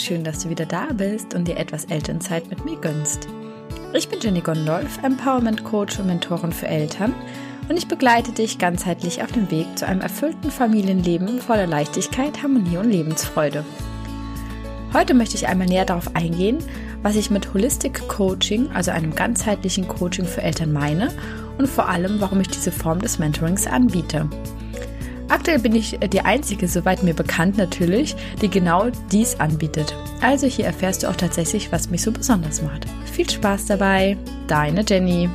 schön, dass du wieder da bist und dir etwas Elternzeit mit mir gönnst. Ich bin Jenny Gondolf, Empowerment Coach und Mentorin für Eltern und ich begleite dich ganzheitlich auf dem Weg zu einem erfüllten Familienleben voller Leichtigkeit, Harmonie und Lebensfreude. Heute möchte ich einmal näher darauf eingehen, was ich mit Holistic Coaching, also einem ganzheitlichen Coaching für Eltern meine und vor allem, warum ich diese Form des Mentorings anbiete. Aktuell bin ich die Einzige, soweit mir bekannt natürlich, die genau dies anbietet. Also hier erfährst du auch tatsächlich, was mich so besonders macht. Viel Spaß dabei, deine Jenny.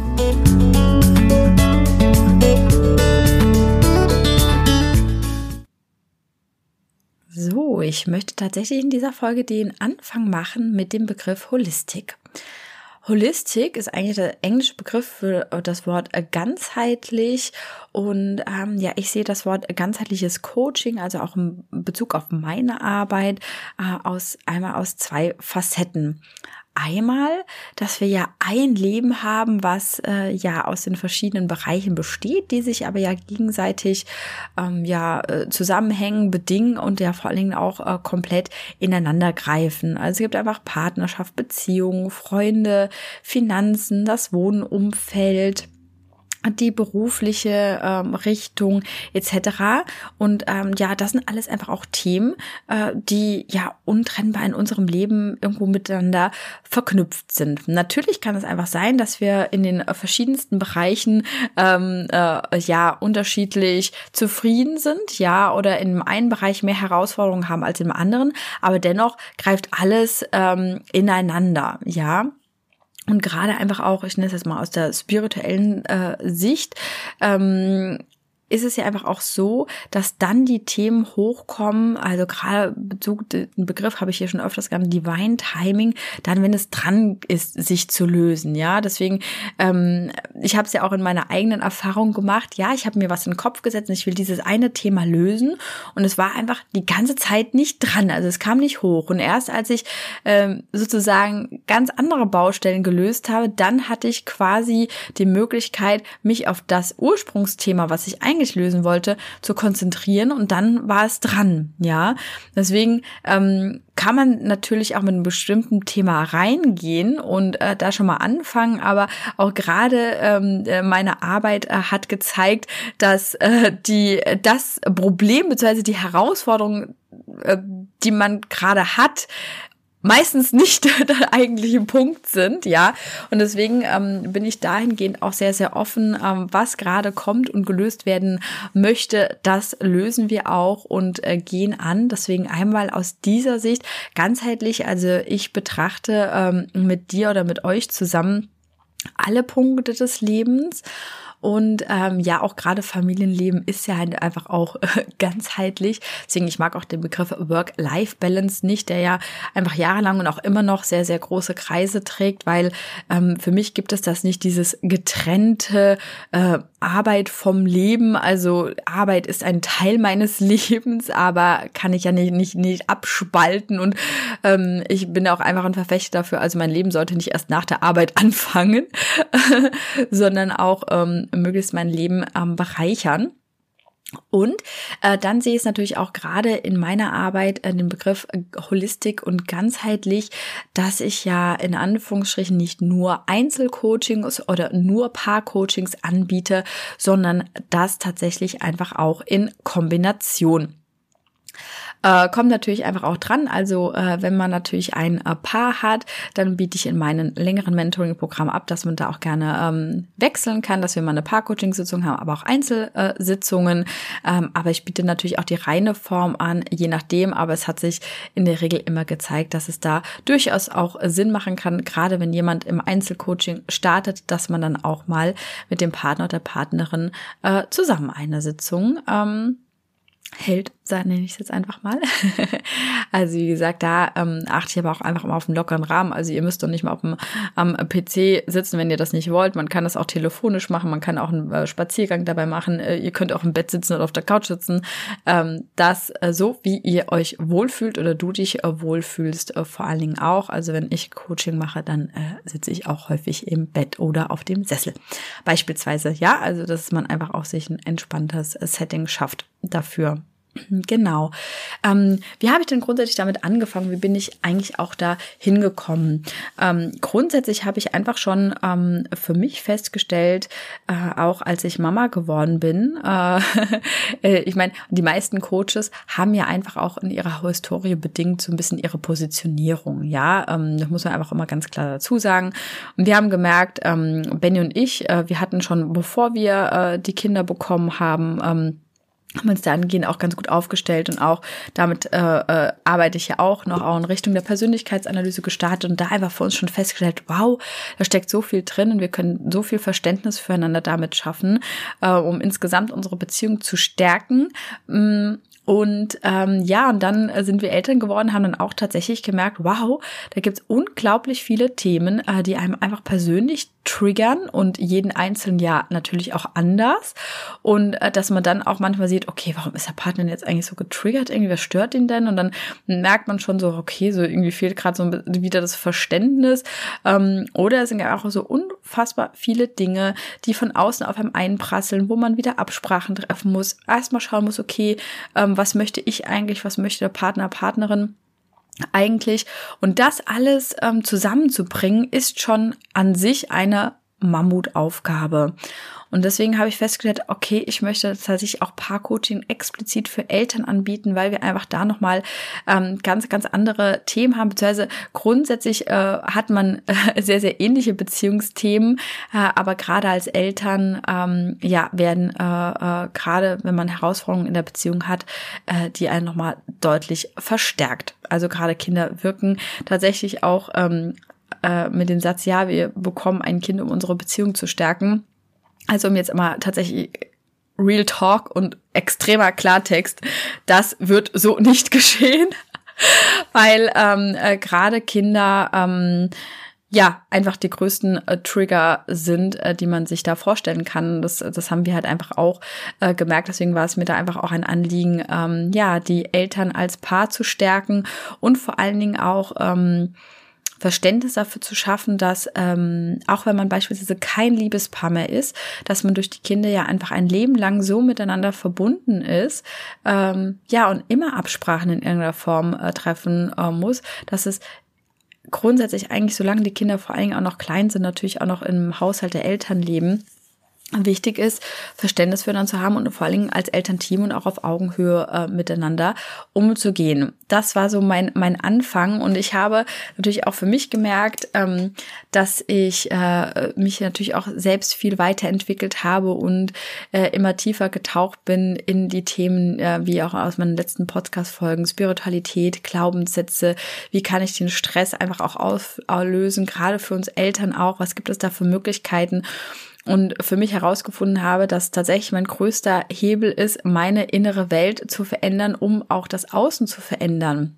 So, ich möchte tatsächlich in dieser Folge den Anfang machen mit dem Begriff Holistik. Holistik ist eigentlich der englische Begriff für das Wort ganzheitlich und ich sehe das Wort ganzheitliches Coaching, also auch in Bezug auf meine Arbeit, einmal aus zwei Facetten. Einmal, dass wir ja ein Leben haben, was aus den verschiedenen Bereichen besteht, die sich aber ja gegenseitig zusammenhängen, bedingen und ja vor allen Dingen auch komplett ineinander greifen. Also es gibt einfach Partnerschaft, Beziehungen, Freunde, Finanzen, das Wohnumfeld, die berufliche Richtung etc. Und das sind alles einfach auch Themen, die ja untrennbar in unserem Leben irgendwo miteinander verknüpft sind. Natürlich kann es einfach sein, dass wir in den verschiedensten Bereichen unterschiedlich zufrieden sind, oder in einem Bereich mehr Herausforderungen haben als im anderen, aber dennoch greift alles ineinander, Und gerade einfach auch, ich nenne es jetzt mal aus der spirituellen Sicht, ist es ja einfach auch so, dass dann die Themen hochkommen, also gerade den Begriff habe ich hier schon öfters genannt, Divine Timing, dann wenn es dran ist, sich zu lösen, deswegen, ich habe es ja auch in meiner eigenen Erfahrung gemacht, ich habe mir was in den Kopf gesetzt und ich will dieses eine Thema lösen und es war einfach die ganze Zeit nicht dran, also es kam nicht hoch und erst als ich sozusagen ganz andere Baustellen gelöst habe, dann hatte ich quasi die Möglichkeit, mich auf das Ursprungsthema, was ich eigentlich lösen wollte, zu konzentrieren und dann war es dran, Deswegen kann man natürlich auch mit einem bestimmten Thema reingehen und da schon mal anfangen, aber auch gerade meine Arbeit hat gezeigt, dass das Problem bzw. die Herausforderung, die man gerade hat, meistens nicht der eigentliche Punkt sind, und deswegen bin ich dahingehend auch sehr, sehr offen, was gerade kommt und gelöst werden möchte, das lösen wir auch und gehen an, deswegen einmal aus dieser Sicht ganzheitlich, also ich betrachte mit dir oder mit euch zusammen alle Punkte des Lebens. Und auch gerade Familienleben ist ja einfach auch ganzheitlich. Deswegen, ich mag auch den Begriff Work-Life-Balance nicht, der ja einfach jahrelang und auch immer noch sehr, sehr große Kreise trägt, weil für mich gibt es das nicht, dieses getrennte Arbeit vom Leben. Also Arbeit ist ein Teil meines Lebens, aber kann ich ja nicht abspalten. Und ich bin auch einfach ein Verfechter dafür, also mein Leben sollte nicht erst nach der Arbeit anfangen, sondern auch möglichst mein Leben bereichern. Und dann sehe ich es natürlich auch gerade in meiner Arbeit den Begriff Holistik und ganzheitlich, dass ich ja in Anführungsstrichen nicht nur Einzelcoachings oder nur Paarcoachings anbiete, sondern das tatsächlich einfach auch in Kombination. Kommt natürlich einfach auch dran, also wenn man natürlich ein Paar hat, dann biete ich in meinen längeren Mentoring-Programm ab, dass man da auch gerne wechseln kann, dass wir mal eine Paar-Coaching-Sitzung haben, aber auch Einzelsitzungen, aber ich biete natürlich auch die reine Form an, je nachdem, aber es hat sich in der Regel immer gezeigt, dass es da durchaus auch Sinn machen kann, gerade wenn jemand im Einzelcoaching startet, dass man dann auch mal mit dem Partner oder der Partnerin zusammen eine Sitzung hält, nenne ich es jetzt einfach mal. Also wie gesagt, da achte ich aber auch einfach mal auf einen lockeren Rahmen. Also ihr müsst doch nicht mal am PC sitzen, wenn ihr das nicht wollt. Man kann das auch telefonisch machen, man kann auch einen Spaziergang dabei machen. Ihr könnt auch im Bett sitzen oder auf der Couch sitzen. Das so, wie ihr euch wohlfühlt oder du dich wohlfühlst, vor allen Dingen auch. Also wenn ich Coaching mache, dann sitze ich auch häufig im Bett oder auf dem Sessel. Beispielsweise, also dass man einfach auch sich ein entspanntes Setting schafft dafür. Genau. Wie habe ich denn grundsätzlich damit angefangen? Wie bin ich eigentlich auch da hingekommen? Grundsätzlich habe ich einfach schon für mich festgestellt, auch als ich Mama geworden bin, ich meine, die meisten Coaches haben ja einfach auch in ihrer Historie bedingt so ein bisschen ihre Positionierung, ja, das muss man einfach immer ganz klar dazu sagen. Und wir haben gemerkt, Benny und ich, wir hatten schon, bevor wir die Kinder bekommen haben uns dahingehend auch ganz gut aufgestellt und auch damit arbeite ich ja auch in Richtung der Persönlichkeitsanalyse gestartet und da einfach für uns schon festgestellt, wow, da steckt so viel drin und wir können so viel Verständnis füreinander damit schaffen, um insgesamt unsere Beziehung zu stärken. Und dann sind wir Eltern geworden, haben dann auch tatsächlich gemerkt, wow, da gibt's unglaublich viele Themen, die einem einfach persönlich triggern und jeden einzelnen Jahr natürlich auch anders. Und dass man dann auch manchmal sieht, okay, warum ist der Partner jetzt eigentlich so getriggert? Irgendwie, was stört ihn denn? Und dann merkt man schon so, okay, so irgendwie fehlt gerade so wieder das Verständnis. Oder es sind ja auch so unfassbar viele Dinge, die von außen auf einem einprasseln, wo man wieder Absprachen treffen muss. Erstmal schauen muss, okay, was möchte ich eigentlich, was möchte der Partner, Partnerin eigentlich? Und das alles zusammenzubringen, ist schon an sich eine Mammutaufgabe. Und deswegen habe ich festgestellt, okay, ich möchte tatsächlich auch Paarcoaching explizit für Eltern anbieten, weil wir einfach da nochmal ganz, ganz andere Themen haben, beziehungsweise grundsätzlich hat man sehr, sehr ähnliche Beziehungsthemen, aber gerade als Eltern werden gerade, wenn man Herausforderungen in der Beziehung hat, die einen nochmal deutlich verstärkt. Also gerade Kinder wirken tatsächlich auch mit dem Satz, ja, wir bekommen ein Kind, um unsere Beziehung zu stärken. Also um jetzt mal tatsächlich Real Talk und extremer Klartext, das wird so nicht geschehen, weil gerade Kinder einfach die größten Trigger sind, die man sich da vorstellen kann. Das haben wir halt einfach auch gemerkt. Deswegen war es mir da einfach auch ein Anliegen, die Eltern als Paar zu stärken und vor allen Dingen auch Verständnis dafür zu schaffen, dass auch wenn man beispielsweise kein Liebespaar mehr ist, dass man durch die Kinder ja einfach ein Leben lang so miteinander verbunden ist, und immer Absprachen in irgendeiner Form treffen muss, dass es grundsätzlich eigentlich, solange die Kinder vor allen Dingen auch noch klein sind, natürlich auch noch im Haushalt der Eltern leben, wichtig ist, Verständnis füreinander zu haben und vor allen Dingen als Elternteam und auch auf Augenhöhe miteinander umzugehen. Das war so mein Anfang und ich habe natürlich auch für mich gemerkt, dass ich mich natürlich auch selbst viel weiterentwickelt habe und immer tiefer getaucht bin in die Themen, wie auch aus meinen letzten Podcast-Folgen, Spiritualität, Glaubenssätze, wie kann ich den Stress einfach auch auflösen, gerade für uns Eltern auch, was gibt es da für Möglichkeiten? Und für mich herausgefunden habe, dass tatsächlich mein größter Hebel ist, meine innere Welt zu verändern, um auch das Außen zu verändern.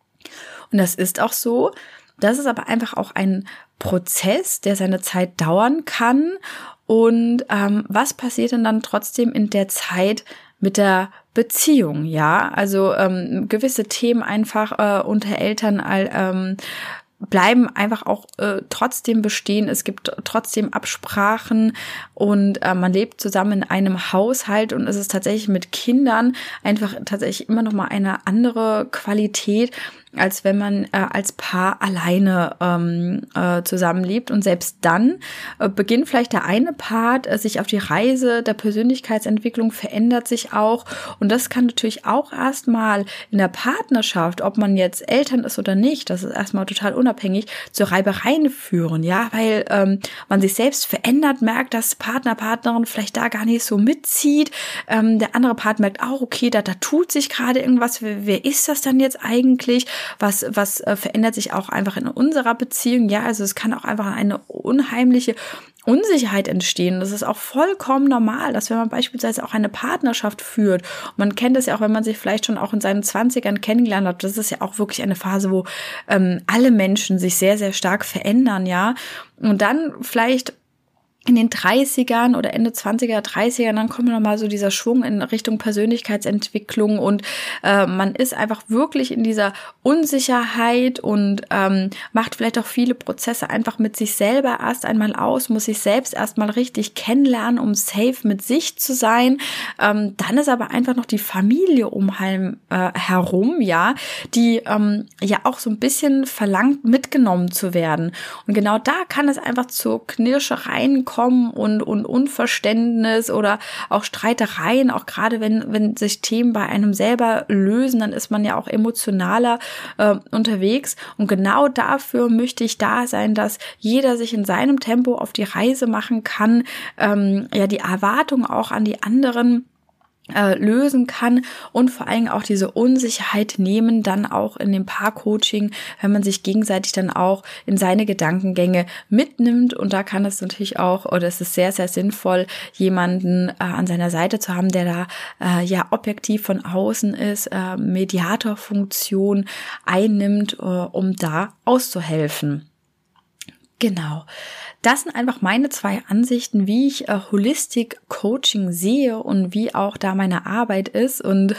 Und das ist auch so. Das ist aber einfach auch ein Prozess, der seine Zeit dauern kann. Und was passiert denn dann trotzdem in der Zeit mit der Beziehung? Ja, also gewisse Themen einfach unter Eltern bleiben einfach auch trotzdem bestehen. Es gibt trotzdem Absprachen und man lebt zusammen in einem Haushalt und es ist tatsächlich mit Kindern einfach tatsächlich immer noch mal eine andere Qualität, als wenn man als Paar alleine zusammenlebt. Und selbst dann beginnt vielleicht der eine Part sich auf die Reise der Persönlichkeitsentwicklung, verändert sich auch. Und das kann natürlich auch erstmal in der Partnerschaft, ob man jetzt Eltern ist oder nicht, das ist erstmal total unabhängig, zu Reibereien führen, ja, weil man sich selbst verändert, merkt, dass Partnerin vielleicht da gar nicht so mitzieht. Der andere Part merkt auch, okay, da tut sich gerade irgendwas. Wer ist das dann jetzt eigentlich? Was verändert sich auch einfach in unserer Beziehung? Ja, also es kann auch einfach eine unheimliche Unsicherheit entstehen. Das ist auch vollkommen normal, dass wenn man beispielsweise auch eine Partnerschaft führt, und man kennt das ja auch, wenn man sich vielleicht schon auch in seinen 20ern kennengelernt hat, das ist ja auch wirklich eine Phase, wo alle Menschen sich sehr, sehr stark verändern, ja. Und dann vielleicht in den 30ern oder Ende 20er, 30er, dann kommt nochmal so dieser Schwung in Richtung Persönlichkeitsentwicklung und man ist einfach wirklich in dieser Unsicherheit und macht vielleicht auch viele Prozesse einfach mit sich selber erst einmal aus, muss sich selbst erstmal richtig kennenlernen, um safe mit sich zu sein. Dann ist aber einfach noch die Familie herum, ja, die ja auch so ein bisschen verlangt, mitgenommen zu werden. Und genau da kann es einfach zu Knirschereien kommen und Unverständnis oder auch Streitereien, auch gerade wenn sich Themen bei einem selber lösen, dann ist man ja auch emotionaler unterwegs und genau dafür möchte ich da sein, dass jeder sich in seinem Tempo auf die Reise machen kann, ja die Erwartung auch an die anderen lösen kann und vor allem auch diese Unsicherheit nehmen dann auch in dem Paarcoaching, wenn man sich gegenseitig dann auch in seine Gedankengänge mitnimmt und da kann es natürlich auch, oder es ist sehr, sehr sinnvoll, jemanden an seiner Seite zu haben, der da ja objektiv von außen ist, Mediatorfunktion einnimmt, um da auszuhelfen. Genau. Das sind einfach meine 2 Ansichten, wie ich Holistic Coaching sehe und wie auch da meine Arbeit ist. Und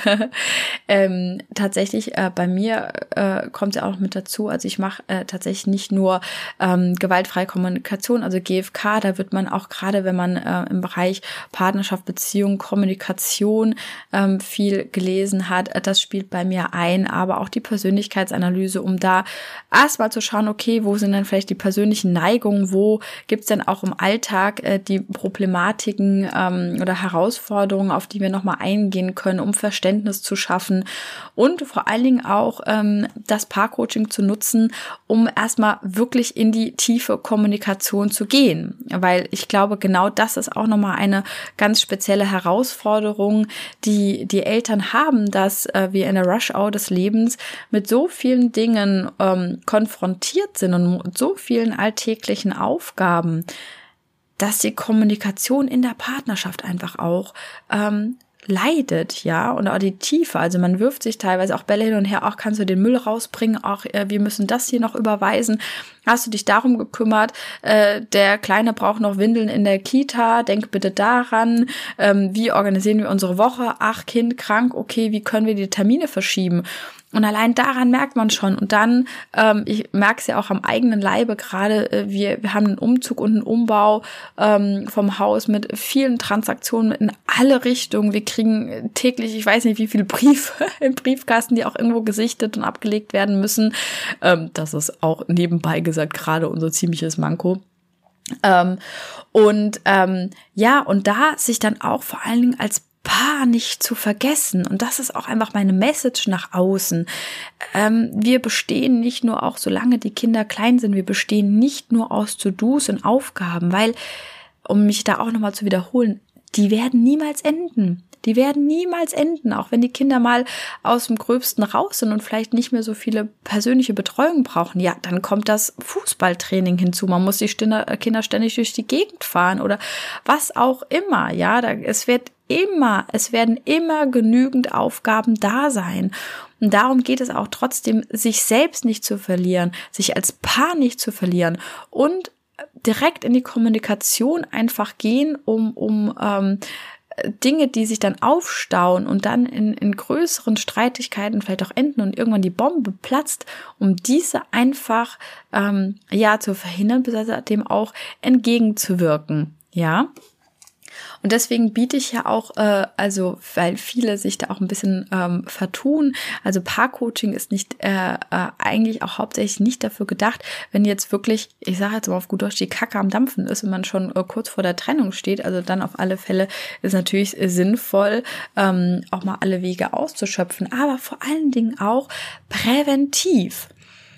tatsächlich bei mir kommt ja auch noch mit dazu, also ich mache tatsächlich nicht nur gewaltfreie Kommunikation, also GFK, da wird man auch gerade, wenn man im Bereich Partnerschaft, Beziehung, Kommunikation viel gelesen hat, das spielt bei mir ein, aber auch die Persönlichkeitsanalyse, um da erstmal zu schauen, okay, wo sind denn vielleicht die persönlichen Neigungen, wo gibt es denn auch im Alltag die Problematiken oder Herausforderungen, auf die wir nochmal eingehen können, um Verständnis zu schaffen und vor allen Dingen auch das Paarcoaching zu nutzen, um erstmal wirklich in die tiefe Kommunikation zu gehen, weil ich glaube, genau das ist auch nochmal eine ganz spezielle Herausforderung, die die Eltern haben, dass wir in der Rush-Hour des Lebens mit so vielen Dingen konfrontiert sind und mit so vielen alltäglichen Aufgaben, dass die Kommunikation in der Partnerschaft einfach auch leidet, ja, und auch die Tiefe, also man wirft sich teilweise auch Bälle hin und her, auch kannst du den Müll rausbringen, auch wir müssen das hier noch überweisen, hast du dich darum gekümmert, der Kleine braucht noch Windeln in der Kita, denk bitte daran, wie organisieren wir unsere Woche, ach, Kind krank, okay, wie können wir die Termine verschieben? Und allein daran merkt man schon. Und dann, ich merke es ja auch am eigenen Leibe gerade, wir haben einen Umzug und einen Umbau vom Haus mit vielen Transaktionen in alle Richtungen. Wir kriegen täglich, ich weiß nicht, wie viele Briefe im Briefkasten, die auch irgendwo gesichtet und abgelegt werden müssen. Das ist auch nebenbei gesagt gerade unser ziemliches Manko. Ja, und da sich dann auch vor allen Dingen als Paar nicht zu vergessen. Und das ist auch einfach meine Message nach außen. Wir bestehen nicht nur auch, solange die Kinder klein sind, wir bestehen nicht nur aus To-Dos und Aufgaben, weil, um mich da auch nochmal zu wiederholen, die werden niemals enden. Die werden niemals enden, auch wenn die Kinder mal aus dem Gröbsten raus sind und vielleicht nicht mehr so viele persönliche Betreuung brauchen. Ja, dann kommt das Fußballtraining hinzu. Man muss die Kinder ständig durch die Gegend fahren oder was auch immer. Ja, es werden immer genügend Aufgaben da sein. Und darum geht es auch trotzdem, sich selbst nicht zu verlieren, sich als Paar nicht zu verlieren und direkt in die Kommunikation einfach gehen, um Dinge, die sich dann aufstauen und dann in größeren Streitigkeiten vielleicht auch enden und irgendwann die Bombe platzt, um diese einfach zu verhindern, beziehungsweise dem auch entgegenzuwirken, ja. Und deswegen biete ich ja auch, weil viele sich da auch ein bisschen vertun, also Paarcoaching ist nicht eigentlich auch hauptsächlich nicht dafür gedacht, wenn jetzt wirklich, ich sage jetzt mal auf gut Deutsch, die Kacke am Dampfen ist und man schon kurz vor der Trennung steht, also dann auf alle Fälle ist natürlich sinnvoll, auch mal alle Wege auszuschöpfen, aber vor allen Dingen auch präventiv.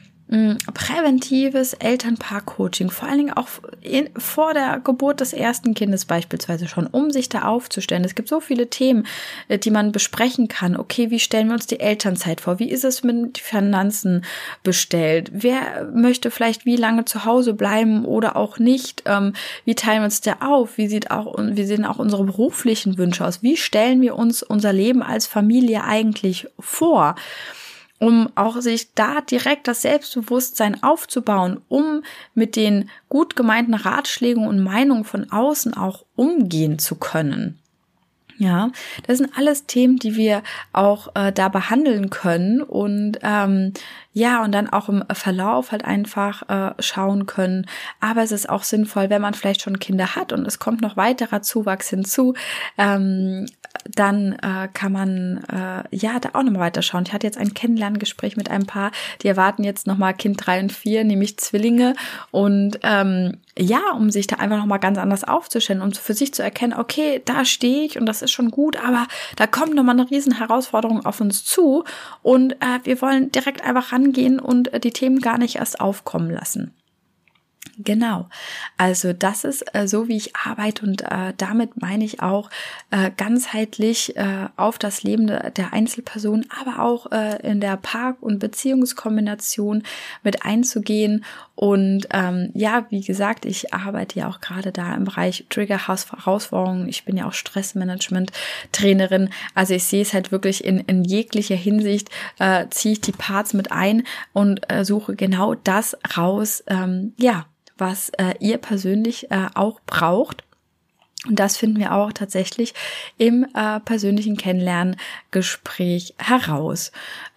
Präventives Elternpaar-Coaching, vor allen Dingen auch vor der Geburt des ersten Kindes beispielsweise schon, um sich da aufzustellen. Es gibt so viele Themen, die man besprechen kann. Okay, wie stellen wir uns die Elternzeit vor? Wie ist es mit den Finanzen bestellt? Wer möchte vielleicht wie lange zu Hause bleiben oder auch nicht? Wie teilen wir uns da auf? Wie sehen auch unsere beruflichen Wünsche aus? Wie stellen wir uns unser Leben als Familie eigentlich vor? um auch sich da direkt das Selbstbewusstsein aufzubauen, um mit den gut gemeinten Ratschlägen und Meinungen von außen auch umgehen zu können. Ja, das sind alles Themen, die wir auch da behandeln können und und dann auch im Verlauf halt einfach schauen können. Aber es ist auch sinnvoll, wenn man vielleicht schon Kinder hat und es kommt noch weiterer Zuwachs hinzu, dann kann man da auch nochmal weiter schauen. Ich hatte jetzt ein Kennenlerngespräch mit einem Paar, die erwarten jetzt nochmal Kind 3 und 4, nämlich Zwillinge und um sich da einfach nochmal ganz anders aufzustellen und für sich zu erkennen, okay, da stehe ich und das ist schon gut, aber da kommt nochmal eine riesen Herausforderung auf uns zu und wir wollen direkt einfach rangehen und die Themen gar nicht erst aufkommen lassen. Genau, also das ist so, wie ich arbeite und damit meine ich auch ganzheitlich auf das Leben der Einzelperson, aber auch in der Paar- und Beziehungskombination mit einzugehen und wie gesagt, ich arbeite ja auch gerade da im Bereich Trigger-Herausforderungen, ich bin ja auch Stressmanagement-Trainerin, also ich sehe es halt wirklich in jeglicher Hinsicht, ziehe ich die Parts mit ein und suche genau das raus, was ihr persönlich auch braucht. Und das finden wir auch tatsächlich im persönlichen Kennenlerngespräch heraus.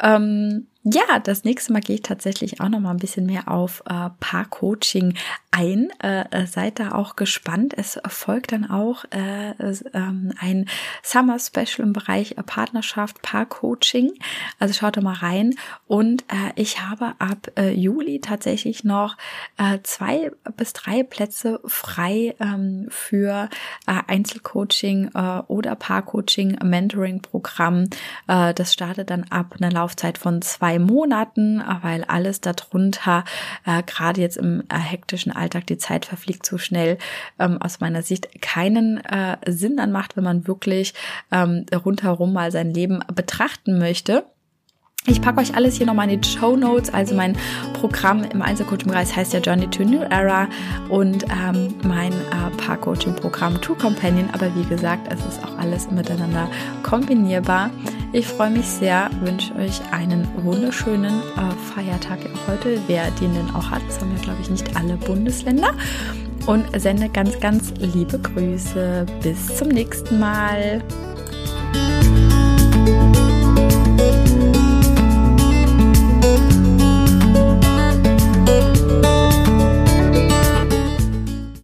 Das nächste Mal gehe ich tatsächlich auch noch mal ein bisschen mehr auf Paar-Coaching ein. Seid da auch gespannt. Es folgt dann auch ein Summer-Special im Bereich Partnerschaft, Paar-Coaching. Also schaut da mal rein. Und ich habe ab Juli tatsächlich noch 2 bis 3 Plätze frei für Einzelcoaching oder Paar-Coaching, Mentoring-Programm. Das startet dann ab einer Laufzeit von 2 Monaten, weil alles darunter, gerade jetzt im hektischen Alltag, die Zeit verfliegt so schnell, aus meiner Sicht keinen Sinn dann macht, wenn man wirklich rundherum mal sein Leben betrachten möchte. Ich packe euch alles hier nochmal in die Shownotes, also mein Programm im Einzelcoaching-Bereich heißt ja Journey to New Era und mein Paar-Coaching-Programm True Companion, aber wie gesagt, es ist auch alles miteinander kombinierbar. Ich freue mich sehr, wünsche euch einen wunderschönen Feiertag heute, wer den denn auch hat, das haben ja glaube ich nicht alle Bundesländer und sende ganz, ganz liebe Grüße, bis zum nächsten Mal.